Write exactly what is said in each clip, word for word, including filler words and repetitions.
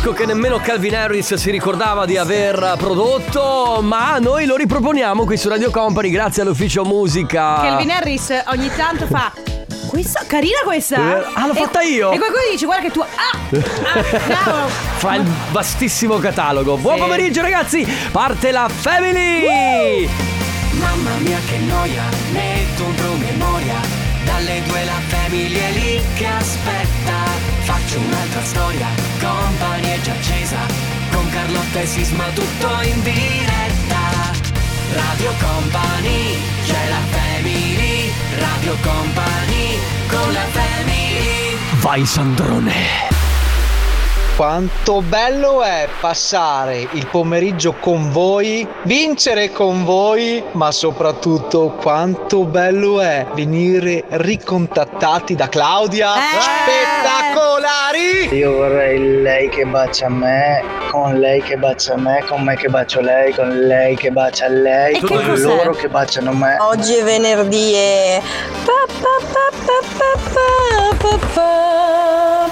disco che nemmeno Calvin Harris si ricordava di aver prodotto, ma noi lo riproponiamo qui su Radio Company grazie all'ufficio musica. Calvin Harris ogni tanto fa: questa, carina questa. Eh, ah, l'ho e, fatta io. E qualcuno dice: guarda che tu. Ah, ah cavolo. Fa il vastissimo catalogo. Buon sì. pomeriggio ragazzi, parte la Family. Mamma mia che noia, metto un promemoria. Dalle due la Family è lì che aspetta. Faccio un'altra storia, Company è già accesa. Con Carlotta e Sisma tutto in diretta. Radio Company, c'è la Family. Radio Company, con la Family. Vai Sandrone. Quanto bello è passare il pomeriggio con voi, vincere con voi, ma soprattutto quanto bello è venire ricontattati da Claudia. Eh! Spettacolari! Io vorrei lei che bacia me, con lei che bacia me, con me che bacio lei, con lei che bacia lei, e con che loro che baciano me. Oggi è venerdì e... Pa, pa, pa, pa, pa, pa, pa.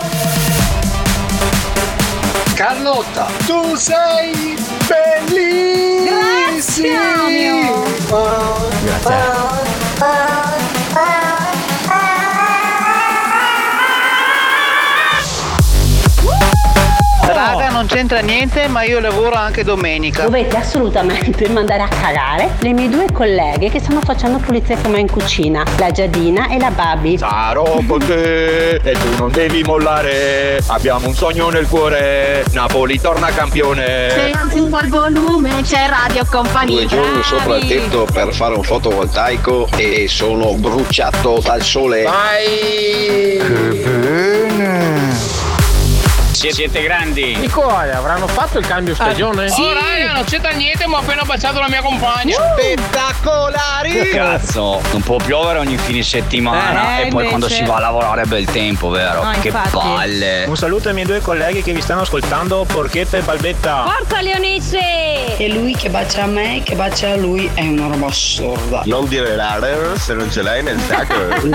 Carlotta, tu sei bellissima! Raga, non c'entra niente, ma io lavoro anche domenica. Dovete assolutamente mandare a cagare le mie due colleghe che stanno facendo pulizia con me in cucina, la Giadina e la Babi. Sarò con te e tu non devi mollare. Abbiamo un sogno nel cuore, Napoli torna campione. Se alzi un po' il volume c'è Radio Company. Due giorni sopra il tetto per fare un fotovoltaico e sono bruciato dal sole. Vai! Che bene! Siete grandi. Di cosa? Avranno fatto il cambio stagione? Ah, sì. Oh raga, non c'entra niente, ma ho appena baciato la mia compagna. Uh. Spettacolari! Cazzo, non può piovere ogni fine settimana eh, e poi invece... quando si va a lavorare è bel tempo, vero? No, che infatti. palle. Un saluto ai miei due colleghi che vi stanno ascoltando, Porchetta e Balbetta. Forza Leonice! E lui che bacia a me, che bacia a lui, è una roba assurda. Non dire rare se non ce l'hai nel sacco.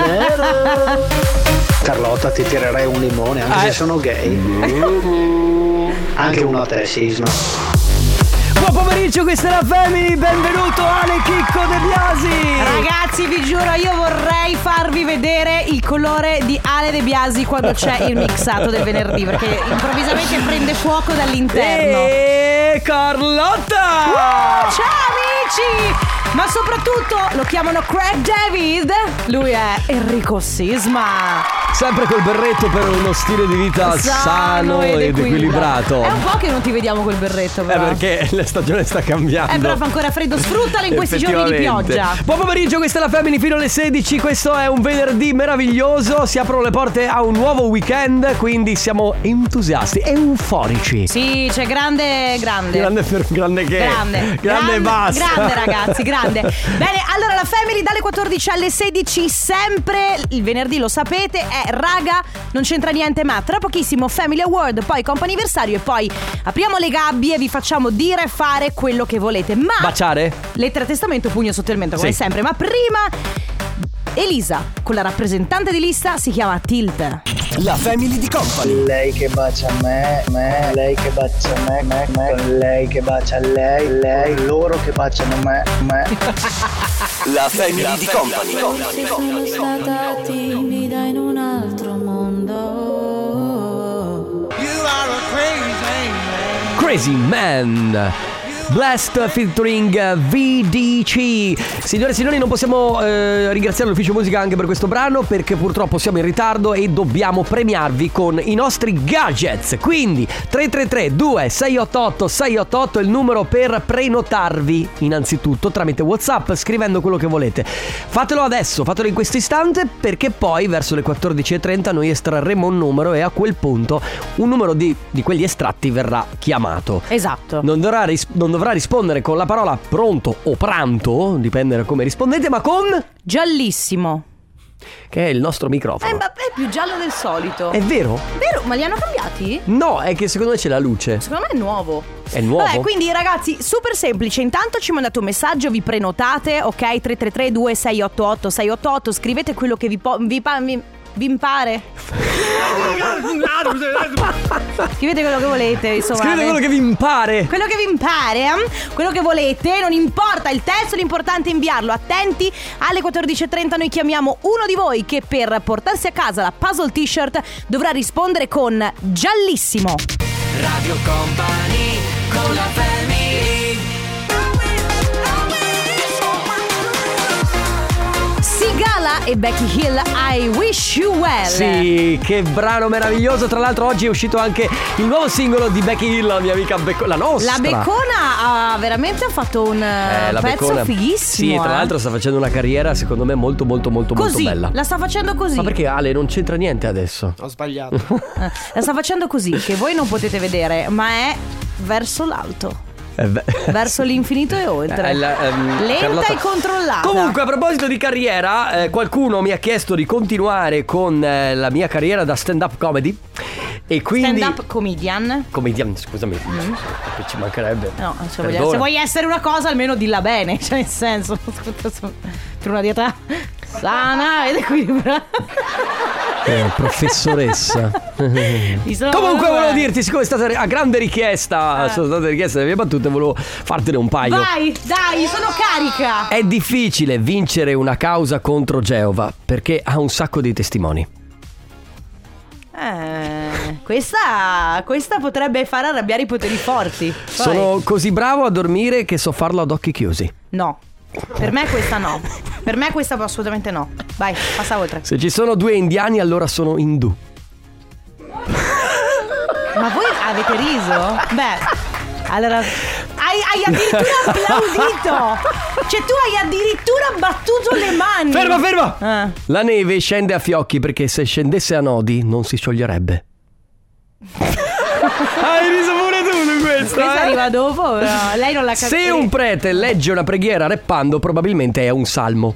Carlotta, ti tirerei un limone anche eh. se sono gay. Anche uno a te, Sisma. Buon pomeriggio, questa è la Family, benvenuto Ale Chicco De Biasi. Ragazzi, vi giuro, io vorrei farvi vedere il colore di Ale De Biasi quando c'è il mixato del venerdì, perché improvvisamente prende fuoco dall'interno. E Carlotta! Uh, ciao amici! Ma soprattutto lo chiamano Craig David. Lui è Enrico Sisma. Sempre col berretto per uno stile di vita sano, sano ed, ed equilibrato. È un po' che non ti vediamo col berretto, però. Eh, perché la stagione sta cambiando. Eh, però fa ancora freddo. Sfruttalo in questi giorni di pioggia. Buon pomeriggio, questa è la Family fino alle sedici. Questo è un venerdì meraviglioso. Si aprono le porte a un nuovo weekend, quindi siamo entusiasti, euforici. Sì, c'è grande, grande. Grande, grande che? Grande. Grande, grande e basta. Grande ragazzi, grande. Bene, allora la Family dalle quattordici alle sedici sempre. Il venerdì, lo sapete, è raga, non c'entra niente, ma tra pochissimo Family Award, poi comp'anniversario e poi apriamo le gabbie e vi facciamo dire e fare quello che volete. Ma baciare? lettera a testamento, pugno sotto il mento, come sì. sempre. Ma prima Elisa, con la rappresentante di lista, si chiama Tilt. La Family di Company. Lei che bacia me, me, lei che bacia me, me, me, con lei che bacia lei, lei, loro che baciano me, me. La Family La di Company. Se sono stata timida in un altro mondo. You are a crazy man. Crazy Man. Blast featuring V D C. Signore e signori, non possiamo eh, ringraziare l'ufficio musica anche per questo brano, perché purtroppo siamo in ritardo e dobbiamo premiarvi con i nostri gadgets. Quindi tre tre tre due sei otto otto sei otto otto è il numero per prenotarvi, innanzitutto tramite WhatsApp, scrivendo quello che volete. Fatelo adesso, fatelo in questo istante, perché poi verso le quattordici e trenta noi estrarremo un numero e a quel punto un numero di, di quegli estratti verrà chiamato. Esatto. Non dovrà ris- non dovrà rispondere con la parola pronto o pranto, dipende da come rispondete, ma con giallissimo, che è il nostro microfono. Eh, ma è più giallo del solito. È vero? Vero? Ma li hanno cambiati? No, è che secondo me c'è la luce. Secondo me è nuovo. È nuovo? Vabbè, quindi ragazzi, super semplice. Intanto ci mandate un messaggio, vi prenotate, ok? tre tre tre due sei otto otto sei otto otto. Scrivete quello che vi, po- vi, pa- vi Vi impare? Scrivete quello che volete, insomma. Scrivete quello che vi impare. Quello che vi impare, eh? Quello che volete, non importa il testo, l'importante è inviarlo. Attenti, alle quattordici e trenta noi chiamiamo uno di voi che per portarsi a casa la puzzle t-shirt dovrà rispondere con giallissimo. Radio Company con la family. Sigala e Becky Hill, I Wish You Well. Sì, che brano meraviglioso. Tra l'altro oggi è uscito anche il nuovo singolo di Becky Hill, la mia amica Beccona, la nostra. La Beccona ha veramente fatto un eh, la pezzo Beccona, fighissimo. Sì, tra eh. l'altro sta facendo una carriera secondo me molto molto molto così, molto bella. La sta facendo così. Ma perché Ale non c'entra niente adesso? Ho sbagliato. Eh, La sta facendo così, che voi non potete vedere, ma è verso l'alto. Eh Verso l'infinito e oltre. Eh, la, ehm, Lenta Carlotta. e controllata. Comunque, a proposito di carriera, eh, qualcuno mi ha chiesto di continuare con eh, la mia carriera da stand-up comedy. E quindi Stand up comedian. Comedian, scusami, Mm. che ci mancherebbe. No, se, voglio- Perdona. se vuoi essere una cosa almeno dilla bene. Cioè nel senso, per una dieta sana ed equilibrata. Eh, professoressa. sono- Comunque volevo dirti, siccome è stata a grande richiesta, Eh. sono state richieste le mie battute, volevo fartene un paio. Vai, dai, sono carica. È difficile vincere una causa contro Geova perché ha un sacco di testimoni. Eh, questa, questa potrebbe far arrabbiare i poteri forti. Vai. Sono così bravo a dormire che so farlo ad occhi chiusi. No, per me questa no. Per me questa assolutamente no. Vai, passa oltre. Se ci sono due indiani allora sono indù. Ma voi avete riso? Beh, allora hai, hai addirittura applaudito. Cioè tu hai addirittura battuto le mani. Ferma, ferma! Ah. La neve scende a fiocchi perché se scendesse a nodi non si scioglierebbe. Hai riso pure tu su questo, Questa eh? arriva dopo, però lei non l'ha capito. Se un prete legge una preghiera rappando, probabilmente è un salmo.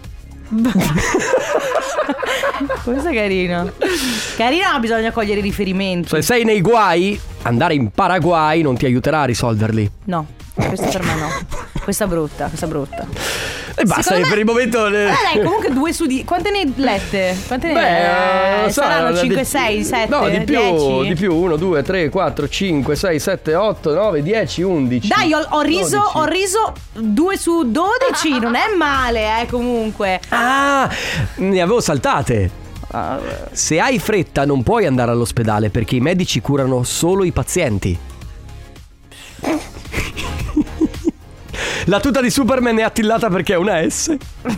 Questo è carino. Carino, ma bisogna cogliere i riferimenti. Se sei nei guai, andare in Paraguay non ti aiuterà a risolverli. No, questa per me no. Questa brutta, questa brutta. E basta, Secondo per me- il momento le... Eh dai, comunque due su di... Quante ne lette? Quante ne Beh, eh, so, saranno di- cinque, sei, sette, No, di più, dieci? di più. uno, due, tre, quattro, cinque, sei, sette, otto, nove, dieci, undici. Dai, ho, ho riso, dodici. ho riso due su dodici, non è male, eh, comunque. Ah, ne avevo saltate. Se hai fretta non puoi andare all'ospedale perché i medici curano solo i pazienti. La tuta di Superman è attillata perché è una S.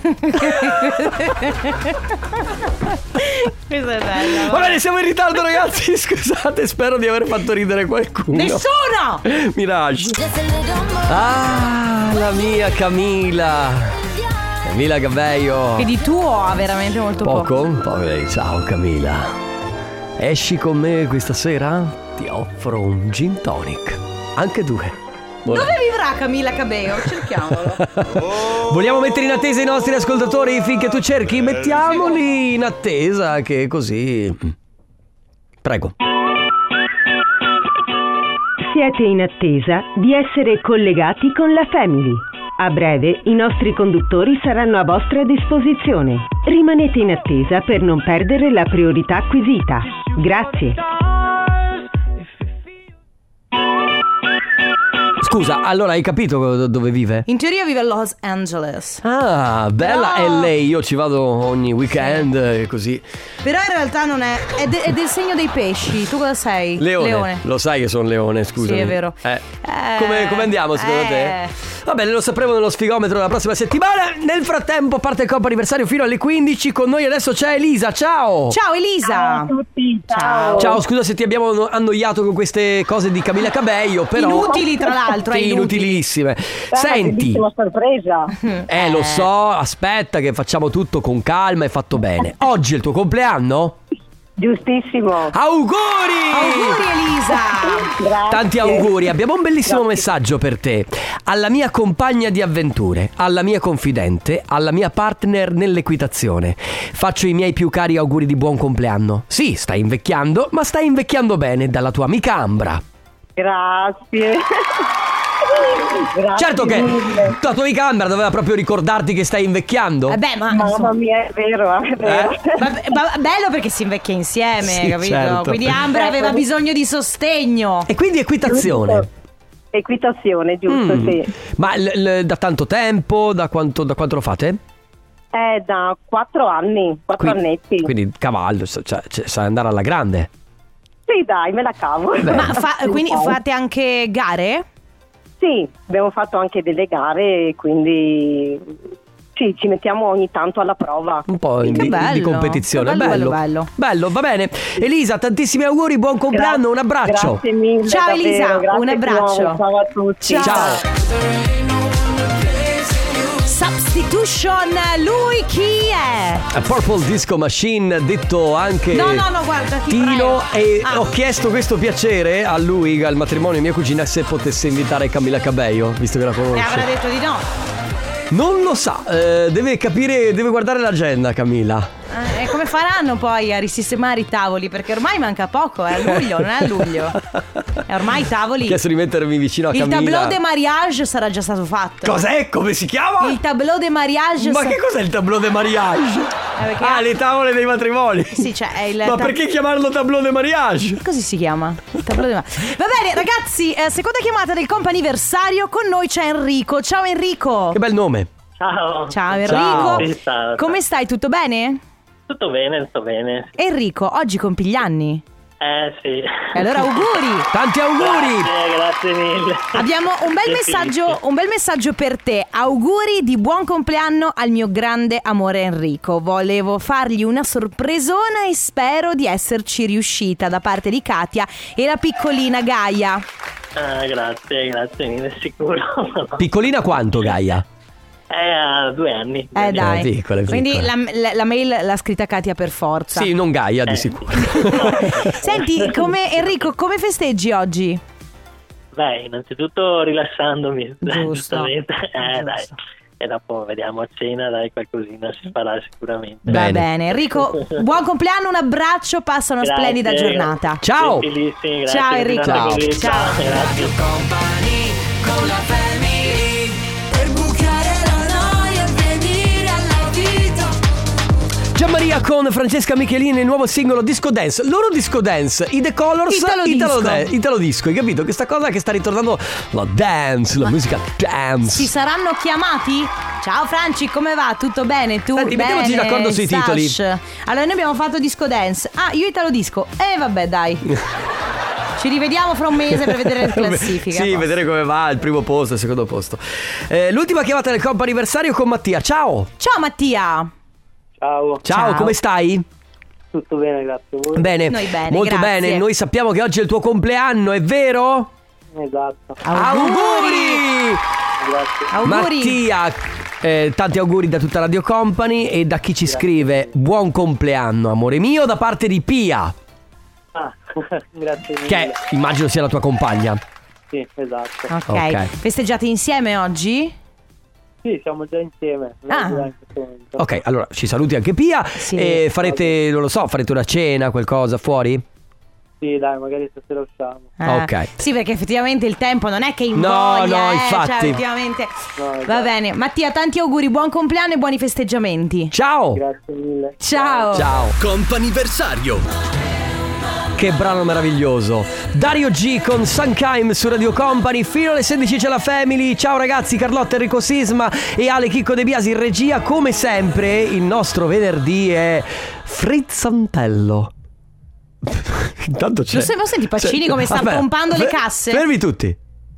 Questa è bella. Va bene, siamo in ritardo ragazzi, scusate, spero di aver fatto ridere qualcuno. Nessuno! Mirage. Ah, la mia Camila. Camila Cabello. Che di tuo ha veramente molto poco. Poco? Poi, ciao Camila. Esci con me questa sera? Ti offro un gin tonic. Anche due. Buona- Dove vivrà Camilla Cabello? Cerchiamolo. Vogliamo mettere in attesa i nostri ascoltatori finché tu cerchi? Mettiamoli in attesa che così... Prego. Siete in attesa di essere collegati con la Family. A breve i nostri conduttori saranno a vostra disposizione. Rimanete in attesa per non perdere la priorità acquisita. Grazie. Scusa, allora hai capito dove vive? In teoria vive a Los Angeles. Ah, bella Però- L A, io ci vado ogni weekend e così. Però in realtà non è. È, de- è del segno dei pesci. Tu cosa sei? Leone. Lo sai che sono leone, scusami. Sì, è vero. Eh. Eh, Come, come andiamo secondo eh. te? Va bene, lo sapremo nello sfigometro la prossima settimana. Nel frattempo parte il compo anniversario fino alle quindici. Con noi adesso c'è Elisa, ciao. Ciao Elisa. Ciao a tutti, ciao. Ciao, scusa se ti abbiamo annoiato con queste cose di Camilla Cabello, però Inutili, tra l'altro, Sì, eh, inutili. inutilissime. Beh, Senti, bellissima sorpresa. eh lo so, aspetta che facciamo tutto con calma e fatto bene. Oggi è il tuo compleanno? Giustissimo. Auguri! Auguri Elisa. Grazie. Tanti auguri, abbiamo un bellissimo messaggio per te. Alla mia compagna di avventure, alla mia confidente, alla mia partner nell'equitazione. Faccio i miei più cari auguri di buon compleanno. Sì, stai invecchiando, ma stai invecchiando bene, dalla tua amica Ambra. Grazie. Grazie Certo che mille. la tua amica Ambra doveva proprio ricordarti che stai invecchiando. Vabbè, ma Mamma mia, è vero, è vero. Eh? Vabbè, ma- bello perché si invecchia insieme, Sì, capito? certo. Quindi Ambra aveva bisogno di sostegno. E quindi equitazione. Equitazione, giusto, Mm. sì. Ma l- l- da tanto tempo? Da quanto, da quanto lo fate? È da quattro anni, quattro Quindi- annetti. Quindi cavallo, cioè, cioè, sai andare alla grande. Sì, dai, me la cavo. Ma fa- quindi fate anche gare? Sì, abbiamo fatto anche delle gare, quindi sì, ci mettiamo ogni tanto alla prova. Un po' di, Che bello, di competizione. che bello, bello, bello, bello. Va bene. Elisa, tantissimi auguri, buon compleanno, un abbraccio. Grazie mille. Ciao, davvero, Elisa, grazie un di abbraccio. nuovo, Ciao a tutti. Ciao. Substitution, lui chi è? A Purple Disco Machine, detto anche No, no, no, guarda, ti Tino. prego. E Ah. ho chiesto questo piacere a lui, al matrimonio di mia cugina, se potesse invitare Camilla Cabello, visto che la E conosce. avrà detto di no. Non lo sa, eh, deve capire, deve guardare l'agenda, Camilla. Eh, E come faranno poi a risistemare i tavoli? Perché ormai manca poco, è a luglio, non è a luglio. E ormai i Ho tavoli. chiesto di mettermi vicino a Il Camilla. tableau de mariage sarà già stato fatto. Cos'è? Come si chiama? Il tableau de mariage. Ma sa- che cos'è il tableau de mariage? Eh, perché- Ah, le tavole dei matrimoni. Sì, cioè è il Ma ta- perché chiamarlo tableau de mariage? Così si chiama. Il tableau de mariage. Va bene, ragazzi, eh, seconda chiamata del comp'anniversario. Con noi c'è Enrico. Ciao Enrico. Che bel nome. Ciao. Ciao Enrico. Ciao. Sì, ciao. Come stai? Tutto bene? Tutto bene, tutto bene. Enrico, oggi compi gli anni. Eh sì. E allora auguri. Tanti auguri. Grazie, grazie mille. Abbiamo un bel Che messaggio, felice. un bel messaggio per te. Auguri di buon compleanno al mio grande amore Enrico. Volevo fargli una sorpresona e spero di esserci riuscita da parte di Katia e la piccolina Gaia. Ah, grazie, grazie mille, sicuro. Piccolina quanto, Gaia? È a due anni. Eh dai. piccola, piccola. Quindi la, la- la mail l'ha scritta Katia per forza. Sì, non Gaia, di Eh. sicuro. Senti, come Enrico, come festeggi oggi? Beh, innanzitutto rilassandomi. Giusto. Giustamente. Eh, dai. E dopo vediamo a cena, dai, qualcosina si farà sicuramente. Va bene, Enrico, buon compleanno, un abbraccio, passa una Grazie, splendida giornata. Ciao. Gentilissimi, grazie, Ciao, che Enrico. state Ciao. così. Ciao. Grazie. Company con la family per bucare la noia e venire alla vita. Gianmaria con Francesca Michelini, il nuovo singolo Disco Dance. Loro Disco Dance, i The Colors, Italo Italo, disco. de- Italo disco. Hai capito? Questa cosa che sta ritornando la dance, la musica dance. Si saranno chiamati? Ciao Franci, come va? Tutto bene? Tu? Senti, bene? mettiamoci d'accordo sui Stash? titoli. Allora noi abbiamo fatto disco dance. Ah, io Italo disco. Eh vabbè, dai. Ci rivediamo fra un mese per vedere la classifica. Sì, vedere come va il primo posto, il secondo posto. Eh, l'ultima chiamata del comp anniversario con Mattia. Ciao. Ciao Mattia. Ciao. Ciao, Ciao. come stai? Tutto bene, grazie. Voi? Bene. Noi bene, Molto grazie. bene. Noi sappiamo che oggi è il tuo compleanno, è vero? Esatto. Auguri! Grazie. Auguri. Mattia, eh, tanti auguri da tutta Radio Company e da chi ci scrive buon compleanno, amore mio, da parte di Pia, Ah, grazie mille. che immagino sia la tua compagna. Sì, esatto. Ok. Ok. Festeggiate insieme oggi? Sì, siamo già insieme. Ah. Già in questo momento. Ok, allora ci saluti anche Pia. Sì. E farete, non lo so, farete una cena, qualcosa fuori? Sì, dai, magari stasera usciamo. Ah, Ok. Sì, perché effettivamente il tempo non è che No, invoglia, no, eh, infatti. cioè, effettivamente. No, esatto. Va bene. Mattia, tanti auguri, buon compleanno e buoni festeggiamenti. Ciao. Grazie mille. Ciao. Ciao. Comp'anniversario. Che brano meraviglioso. Dario G con Sunkime su Radio Company. Fino alle sedici c'è la Family. Ciao ragazzi, Carlotta, Enrico Sisma e Ale Chicco De Biasi in regia. Come sempre il nostro venerdì è frizzantello. Intanto c'è. Lo se- lo senti Pacini come sta Aspetta, pompando le fe- casse? Fermi tutti.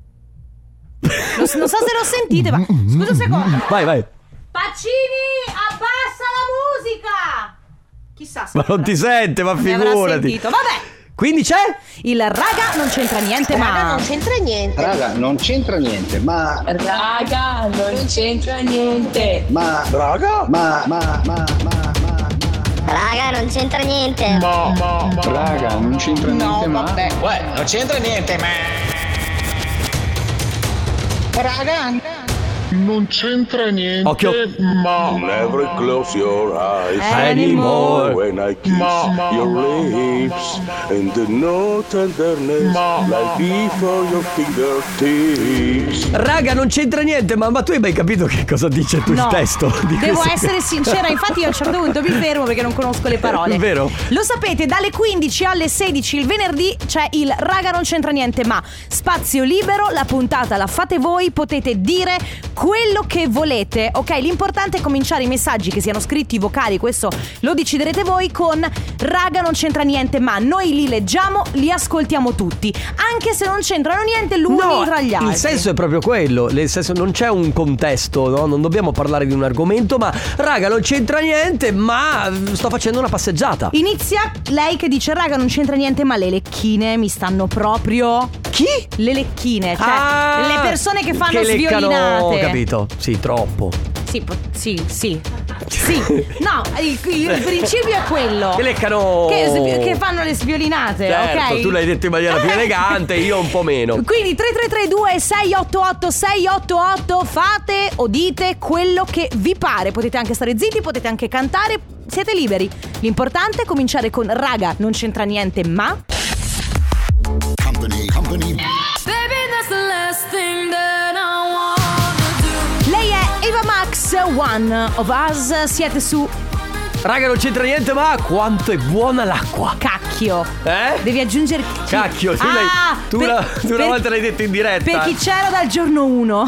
Lo- non so se lo sentite, ma scusa un secondo. Vai, vai. Pacini, abbassa la musica. Chissà se Ma non ti sente, ma mi avrà figurati. sentito. Vabbè. Quindi c'è? Il raga non c'entra niente, ma c'entra niente. Raga, non c'entra niente, ma. Raga, non c'entra niente. Ma. Raga? Ma. Ma. Ma. Ma. Raga, non c'entra niente. Raga, non c'entra niente, ma. Uè, non c'entra niente, ma. Raga, non c'entra niente. Occhio. Ma Never close your eyes Anymore. when I kiss Ma- your lips and the no tenderness Ma- like before your fingertips. Raga, non c'entra niente, ma, ma tu hai mai capito che cosa dice tu No. il testo? Di Devo questo? essere sincera, infatti io a un certo punto mi fermo perché non conosco le parole. Vero? Lo sapete, dalle quindici alle sedici il venerdì c'è il Raga non c'entra niente ma. Spazio libero, la puntata la fate voi, potete dire quello che volete, ok? L'importante è cominciare i messaggi, che siano scritti, vocali, questo lo deciderete voi, con Raga non c'entra niente ma. Noi li leggiamo, li ascoltiamo tutti, anche se non c'entrano niente l'uno No, tra gli altri. il senso è proprio quello. Nel senso, non c'è un contesto, no? Non dobbiamo parlare di un argomento, ma raga, non c'entra niente, ma sto facendo una passeggiata. Inizia lei che dice: raga, non c'entra niente ma le lecchine mi stanno proprio. Chi? Le lecchine, cioè Ah, le persone che fanno che leccano, sviolinate. ho capito. Sì, troppo. Sì, po- sì, sì. Sì. No, il, il principio è quello. Che leccano. Che, svi- che fanno le sviolinate, Certo, ok? tu l'hai detto in maniera più elegante, io un po' meno. Quindi tre tre tre due sei otto otto sei otto otto, fate o dite quello che vi pare. Potete anche stare zitti, potete anche cantare, siete liberi. L'importante è cominciare con raga, non c'entra niente ma. Company, company. Lei è Eva Max, One of Us. Siete su Raga, non c'entra niente, ma quanto è buona l'acqua. Cacchio. Eh? Devi aggiungere Cacchio, tu, Ah, l'hai, tu, per- la, tu una per- volta l'hai detto in diretta. Per chi c'era dal giorno uno.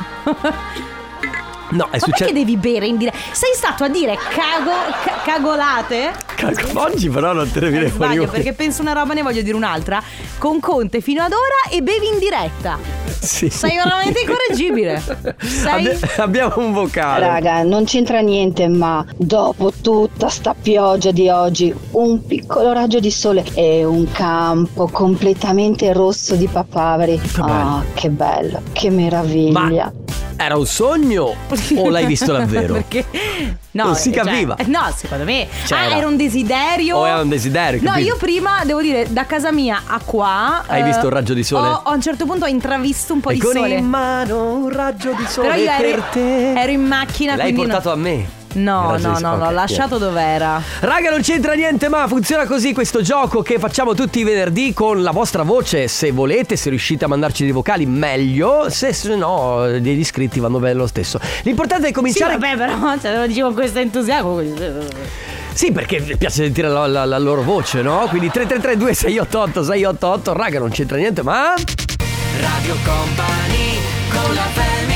No, è Ma successo. perché devi bere in diretta? Sei stato a dire cago, ca- cagolate? Oggi però non te ne viene fuori Sbaglio una. perché penso una roba, ne voglio dire un'altra. Con Conte fino ad ora e bevi in diretta. Sì. Sei veramente incorreggibile. Sei... Abbi- abbiamo un vocale. Raga, non c'entra niente, ma dopo tutta sta pioggia di oggi, un piccolo raggio di sole e un campo completamente rosso di papaveri. Ah, che bello, che meraviglia. Era un sogno o l'hai visto davvero? Perché no, Non si cioè, capiva. no, secondo me C'era. ah, era un desiderio. O era un desiderio, No, capito? io prima devo dire, da casa mia a qua Hai eh, visto un raggio di sole? Ho, a un certo punto ho intravisto un po' E di con sole. in mano un raggio di sole Però io per ero, te. ero in macchina. L'hai quindi portato no. a me. No, Il raggio no, di no, sole, l'ho ok, lasciato dov'era. Raga, non c'entra niente, ma funziona così questo gioco che facciamo tutti i venerdì con la vostra voce. Se volete, se riuscite a mandarci dei vocali, meglio. Se, se no, degli iscritti vanno bene lo stesso. L'importante è cominciare. Sì, vabbè, però cioè, lo dicevo con questo entusiasmo. Sì, perché mi piace sentire la, la- la loro voce, no? Quindi tre tre tre due sei otto otto sei otto otto. Raga, non c'entra niente, ma Radio Company con la family.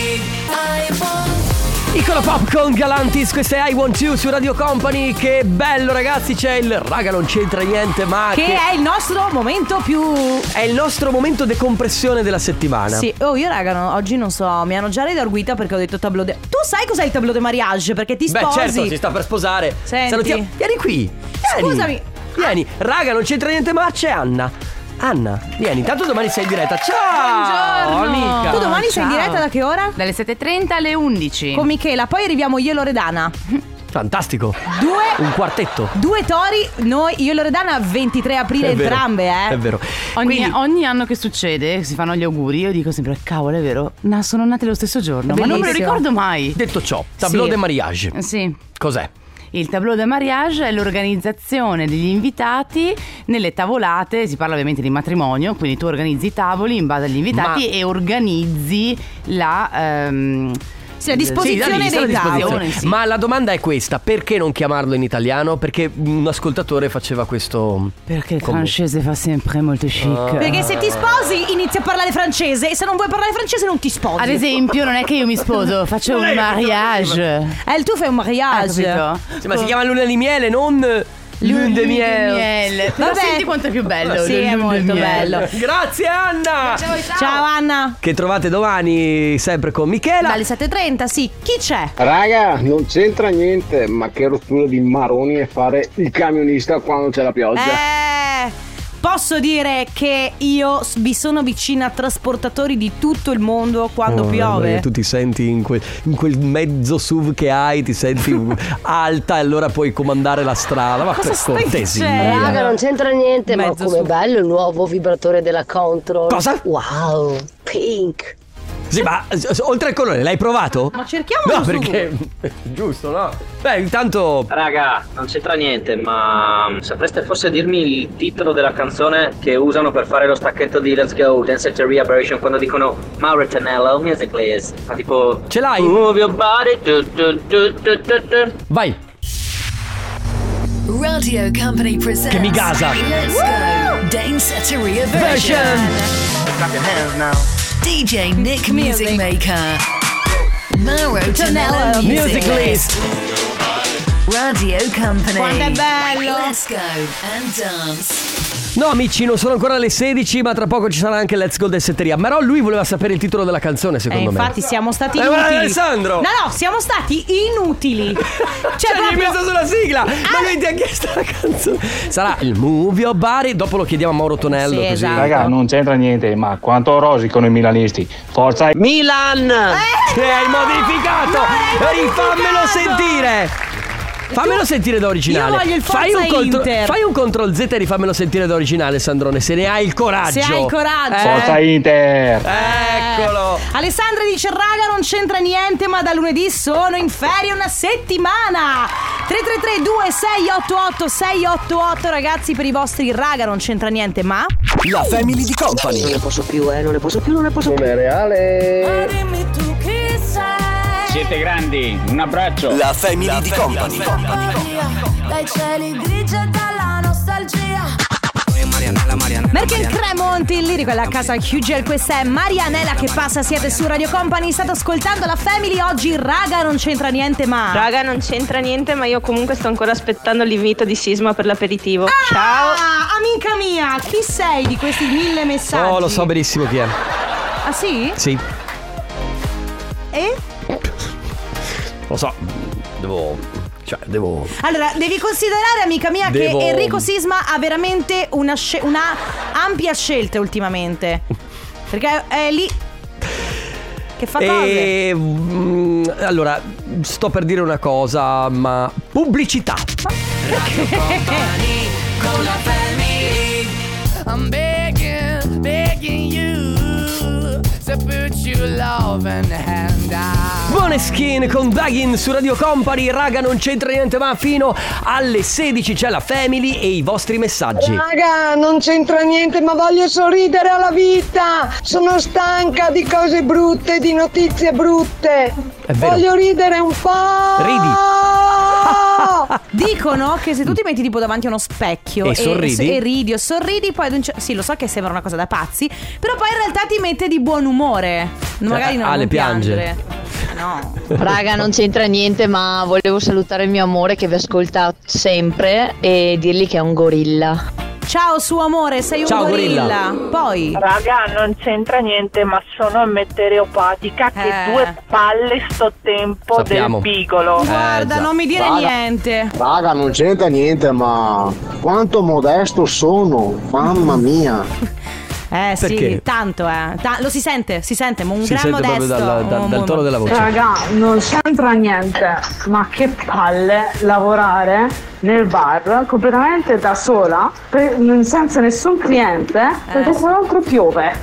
Icono Pop con Galantis, questo è I Want You su Radio Company. Che bello, ragazzi, c'è il Raga, non c'entra niente, ma Che è il nostro momento più. è il nostro momento decompressione della settimana. Sì, oh io raga no, oggi non so, mi hanno già redarguita perché ho detto tableau de... Tu sai cos'è il tableau de mariage? Perché ti Beh, sposi. certo, si sta per sposare. Senti. Salutiamo. Vieni qui. Vieni. Scusami. Vieni. Raga, non c'entra niente, ma c'è Anna. Anna, vieni, intanto domani sei in diretta. Ciao! Buongiorno. Amica. Tu domani sei in Ciao. diretta da che ora? Dalle sette e trenta alle undici. Con Michela, poi arriviamo io e Loredana. Fantastico. Due Un quartetto. Due tori, noi, io e Loredana, ventitré aprile È vero, entrambe, eh. È vero. Ogni, Quindi- ogni anno che succede, si fanno gli auguri, io dico sempre, cavolo, è vero, na- sono nate lo stesso giorno, È ma non me lo bellissimo. ricordo mai. Detto ciò, tableau Sì. de mariage. Sì. Cos'è? Il tableau de mariage è l'organizzazione degli invitati nelle tavolate, si parla ovviamente di matrimonio, quindi tu organizzi i tavoli in base agli invitati Ma- e organizzi la... ehm, Sì, la disposizione Sì, dai, sta a dei disposizione. tavoli. sì. Ma la domanda è questa: perché non chiamarlo in italiano? Perché un ascoltatore faceva questo. Perché il Come? francese fa sempre molto chic. Ah. Perché se ti sposi inizi a parlare francese e se non vuoi parlare francese non ti sposi. Ad esempio, non è che io mi sposo, faccio un mariage. Eh, tu fai un mariage. Ah, capito? Sì, ma si chiama luna di miele, non lune de miele. miele. Però Vabbè. senti quanto è più bello. Sì, il è lune de molto miele. bello. Grazie Anna. Ciao Anna. Che trovate domani sempre con Michela. Dalle sette e trenta, sì. Chi c'è? Raga, non c'entra niente, ma che rottura di maroni è fare il camionista quando c'è la pioggia. Eh, posso dire che io s- vi sono vicina a trasportatori di tutto il mondo quando Oh, piove. perché tu ti senti in quel, in quel mezzo S U V che hai, ti senti alta e allora puoi comandare la strada. Ma Cosa per stai cortesia. dicendo? Raga, non c'entra niente, Mezzo ma com'è su. bello il nuovo vibratore della Control. Cosa? Wow, pink. Sì, ma s- oltre al colore, l'hai provato? Ma cerchiamo No, su. perché giusto, no? Beh, intanto Raga, non c'entra niente, ma sapreste forse dirmi il titolo della canzone che usano per fare lo stacchetto di Let's Go, Danceteria Aberration, quando dicono Mauro Tonello, music please. Fa tipo ce l'hai? Move your body tu, tu, tu, tu, tu, tu. Vai. Radio Company presents Che mi gasa. Let's Go Danceteria Version. Version. D J Nick Music Maker, Mauro Tonello Music List. Radio Company. Quanto è bello. Let's go and dance. No amici, non sono ancora le sedici, ma tra poco ci sarà anche Let's Go Danceteria. Però lui voleva sapere il titolo della canzone, E secondo me. infatti siamo stati Eh, inutili. Alessandro! No, no, siamo stati inutili. Cioè, Cioè, gli hai proprio- messo sulla sigla, ma lui ti ha chiesto la canzone. Sarà il Move Your Body. Dopo lo chiediamo a Mauro Tonello. Sì, così. esatto. Raga, non c'entra niente, ma quanto rosicano i milanisti. Forza Milan! Che hai modificato! Rifammelo sentire! Fammelo sentire da originale. Io voglio il fai Forza un, contro- Inter. fai un control Z e rifammelo sentire da originale, Sandrone. Se ne hai il coraggio. Se hai il coraggio. Eh? Forza Inter. Eccolo. Alessandra dice: raga, non c'entra niente, ma da lunedì sono in ferie una settimana. Tre tre tre due sei otto otto sei otto otto, ragazzi, per i vostri raga, non c'entra niente, ma La Family di Company. Non ne posso più, eh, non ne posso più, non ne posso più. Come reale. Dimmi tu chi sei. Siete grandi, un abbraccio. La Family di Company. Dai cieli grigi e dalla nostalgia. Merkel Cremonti, il lirico è la casa Hugel. Questa è Marianella che passa. Siete su Radio Company, state ascoltando la Family. Oggi raga non c'entra niente, ma Raga, non c'entra niente, ma io comunque sto ancora aspettando l'invito di Sisma per l'aperitivo. Ciao! Ah, amica mia, chi sei di questi mille messaggi? Oh, lo so benissimo chi è. Ah sì? Sì, E? lo so. Devo. Cioè, devo. Allora, devi considerare, amica mia, Devo- che Enrico Sisma ha veramente una, sce- una ampia scelta ultimamente. Perché è lì che fa cose. E, mm, allora, sto per dire una cosa, ma pubblicità. Con la family I'm begging, begging you to put your love in the hand out. Måneskin con Baggin su Radio Company. Raga, non c'entra niente, ma fino alle sedici c'è la Family e i vostri messaggi. Raga, non c'entra niente, ma voglio sorridere alla vita. Sono stanca di cose brutte, di notizie brutte. È vero. Voglio ridere un po'. Ridi. Dicono che se tu ti metti tipo davanti a uno specchio E sorridi. e ridi o sorridi, poi ad un cer- sì, lo so che sembra una cosa da pazzi, però poi in realtà ti mette di buon umore. Magari non, Ale non piange. piangere. No. Raga, non c'entra niente, ma volevo salutare il mio amore che vi ascolta sempre e dirgli che è un gorilla. Ciao suo amore, sei un Ciao, gorilla. gorilla. Poi Raga, non c'entra niente, ma sono meteoropatica che Eh. due palle sto tempo Sappiamo. del bigolo. guarda, già. non mi dire Raga. niente. Raga, non c'entra niente, ma quanto modesto sono. Mamma mia. Eh sì, Perché? tanto eh. Ta- lo si sente, si sente, ma un Si gran sente modesto. proprio dal, dal- un- dal tono della voce. Raga, non c'entra niente, ma che palle lavorare nel bar completamente da sola, per- senza nessun cliente, perché tra l'altro piove.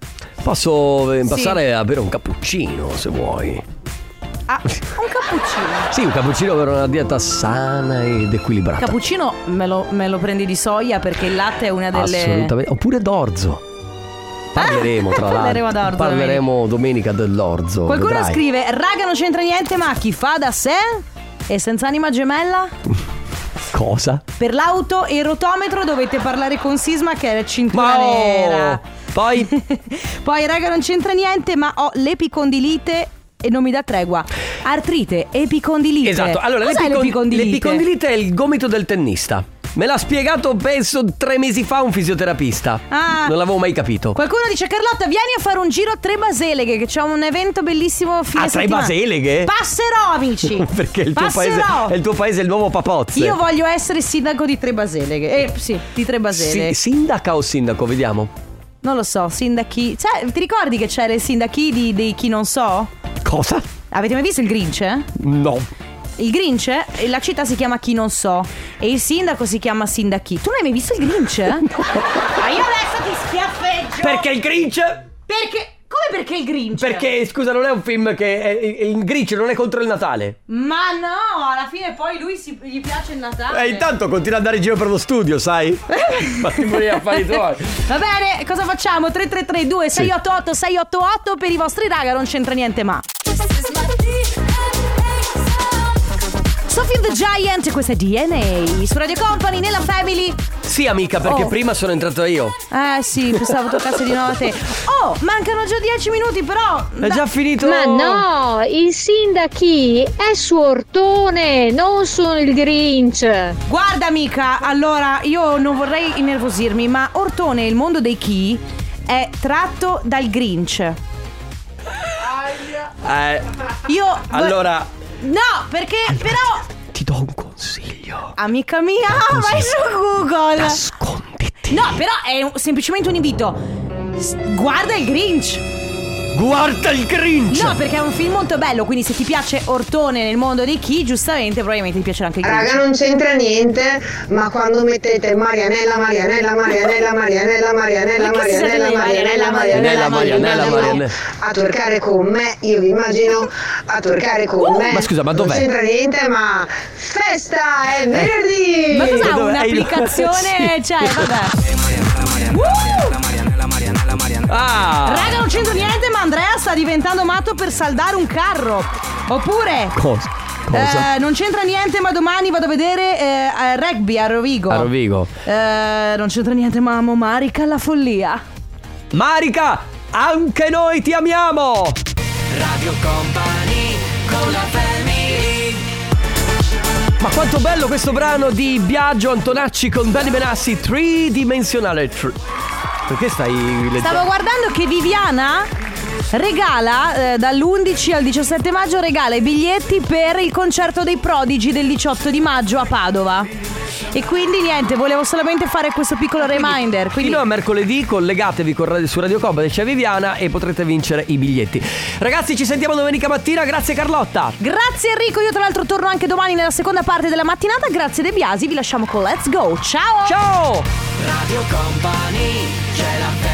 Posso eh, passare a bere un cappuccino se vuoi. Ah, un cappuccino. Sì, un cappuccino per una dieta sana ed equilibrata. Cappuccino me lo, me lo prendi di soia perché il latte è una delle. Assolutamente. Oppure d'orzo. Parleremo tra l'altro. Parleremo d'orzo, Parleremo domenica dell'orzo. Qualcuno vedrai. scrive: raga, non c'entra niente, ma chi fa da sé e senza anima gemella? Cosa? Per l'auto e rotometro dovete parlare con Sisma che è cintura Ma oh! nera. Poi Poi raga, non c'entra niente, ma ho l'epicondilite e non mi dà tregua. Artrite, epicondilite. Esatto. Allora, cos'è l'epicon- l'epicondilite? l'epicondilite è il gomito del tennista. Me l'ha spiegato penso tre mesi fa un fisioterapista. Ah. Non l'avevo mai capito. Qualcuno dice: Carlotta, vieni a fare un giro a Tre Baseleghe, che c'è un evento bellissimo fine Ah, Tre settimana. Baseleghe? Passerò, amici. Perché il tuo, paese, Passerò. è il tuo paese il nuovo Papozze. Io voglio essere sindaco di Tre Baseleghe. Eh sì, di Tre Baseleghe. Sì, sindaca o sindaco? Vediamo. Non lo so, sindachi. Cioè, ti ricordi che c'era il sindachi di, di chi non so? Cosa? Avete mai visto il Grinch? eh? No. Il Grinch, eh, la città si chiama Chi non so e il sindaco si chiama Sindachi. Tu non hai mai visto il Grinch? No. Ma io adesso ti schiaffeggio. Perché il Grinch? Perché? Come come perché il Grinch? Perché, scusa, non è un film che è, il Grinch non è contro il Natale. Ma no, alla fine poi lui si, gli piace il Natale. E intanto continua ad andare in giro per lo studio, sai? Fatti morire affari tuoi. Va bene, cosa facciamo? tre tre tre due sei otto otto sei otto otto per i vostri raga, non c'entra niente ma. Sophie the Giant, questa è D N A su Radio Company nella Family. Sì, amica, perché Oh. prima sono entrato io. Eh sì, pensavo toccasse di nuovo a te. Oh, mancano già dieci minuti però. È già finito. Ma no, il sindachi è su Ortone, non su il Grinch. Guarda amica, allora io non vorrei innervosirmi, ma Ortone, il mondo dei chi, è tratto dal Grinch. Eh, Io allora, No, perché però ti do un consiglio. amica mia, vai su Google. Nasconditi. No, però è un- semplicemente un invito. S- Guarda il Grinch. Guarda il Grinch. No, perché è un film molto bello, quindi se ti piace Ortone nel mondo dei chi, giustamente probabilmente ti piacerà anche il Grinch. Raga, non c'entra niente, ma quando mettete Marianella, Marianella, Marianella, Marianella, Marianella, Ma che si Marianella, sa Marianella, Marianella, Marianella, Marianella, Marianella a torcare con me, io vi immagino a torcare con me. Ma scusa, ma Non dov'è? c'entra niente, ma festa è venerdì! Ma cos'ha Dov'è? un'applicazione? Sì. Cioè, vabbè. Ah. Raga, non c'entra niente, ma Andrea sta diventando matto per saldare un carro. Oppure Cosa? Cosa? eh, non c'entra niente, ma domani vado a vedere eh, a rugby a Rovigo. A Rovigo. Eh, non c'entra niente, ma amo Marica la follia. Marica, anche noi ti amiamo. Radio Company con la Family. Ma quanto bello questo brano di Biagio Antonacci con Benny Benassi, tridimensionale. Tr- Perché stai leggendo? Stavo guardando che Viviana regala eh, dall'undici al diciassette maggio regala i biglietti per il concerto dei Prodigi del diciotto di maggio a Padova. E quindi niente, volevo solamente fare questo piccolo reminder. Quindi Fino a mercoledì collegatevi con Radio, su Radio Company, c'è Viviana e potrete vincere i biglietti. Ragazzi, ci sentiamo domenica mattina. Grazie Carlotta. grazie Enrico, io tra l'altro torno anche domani nella seconda parte della mattinata. Grazie De Biasi, vi lasciamo con Let's Go. Ciao. Ciao. Radio Company c'è la Family.